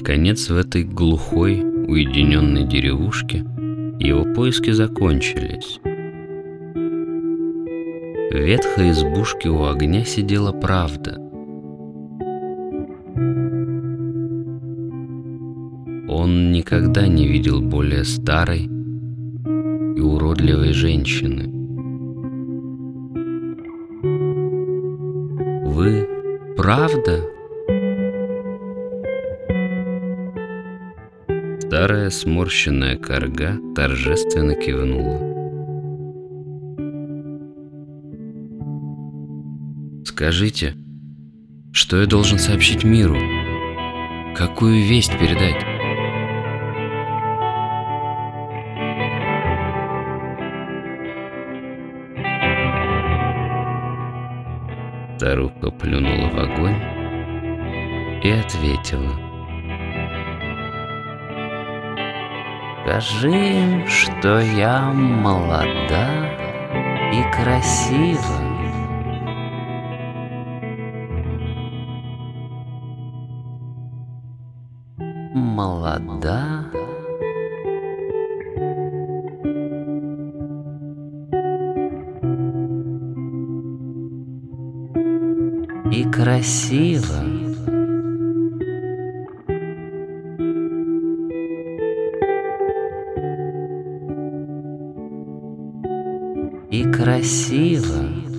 Наконец, в этой глухой, уединенной деревушке его поиски закончились. В ветхой избушке у огня сидела правда. Он никогда не видел более старой и уродливой женщины. «Вы правда?» Старая сморщенная корга торжественно кивнула. «Скажите, что я должен сообщить миру? Какую весть передать?» Старуха плюнула в огонь и ответила: «Скажи им, что я молода и красива». Молода и красива. И красиво.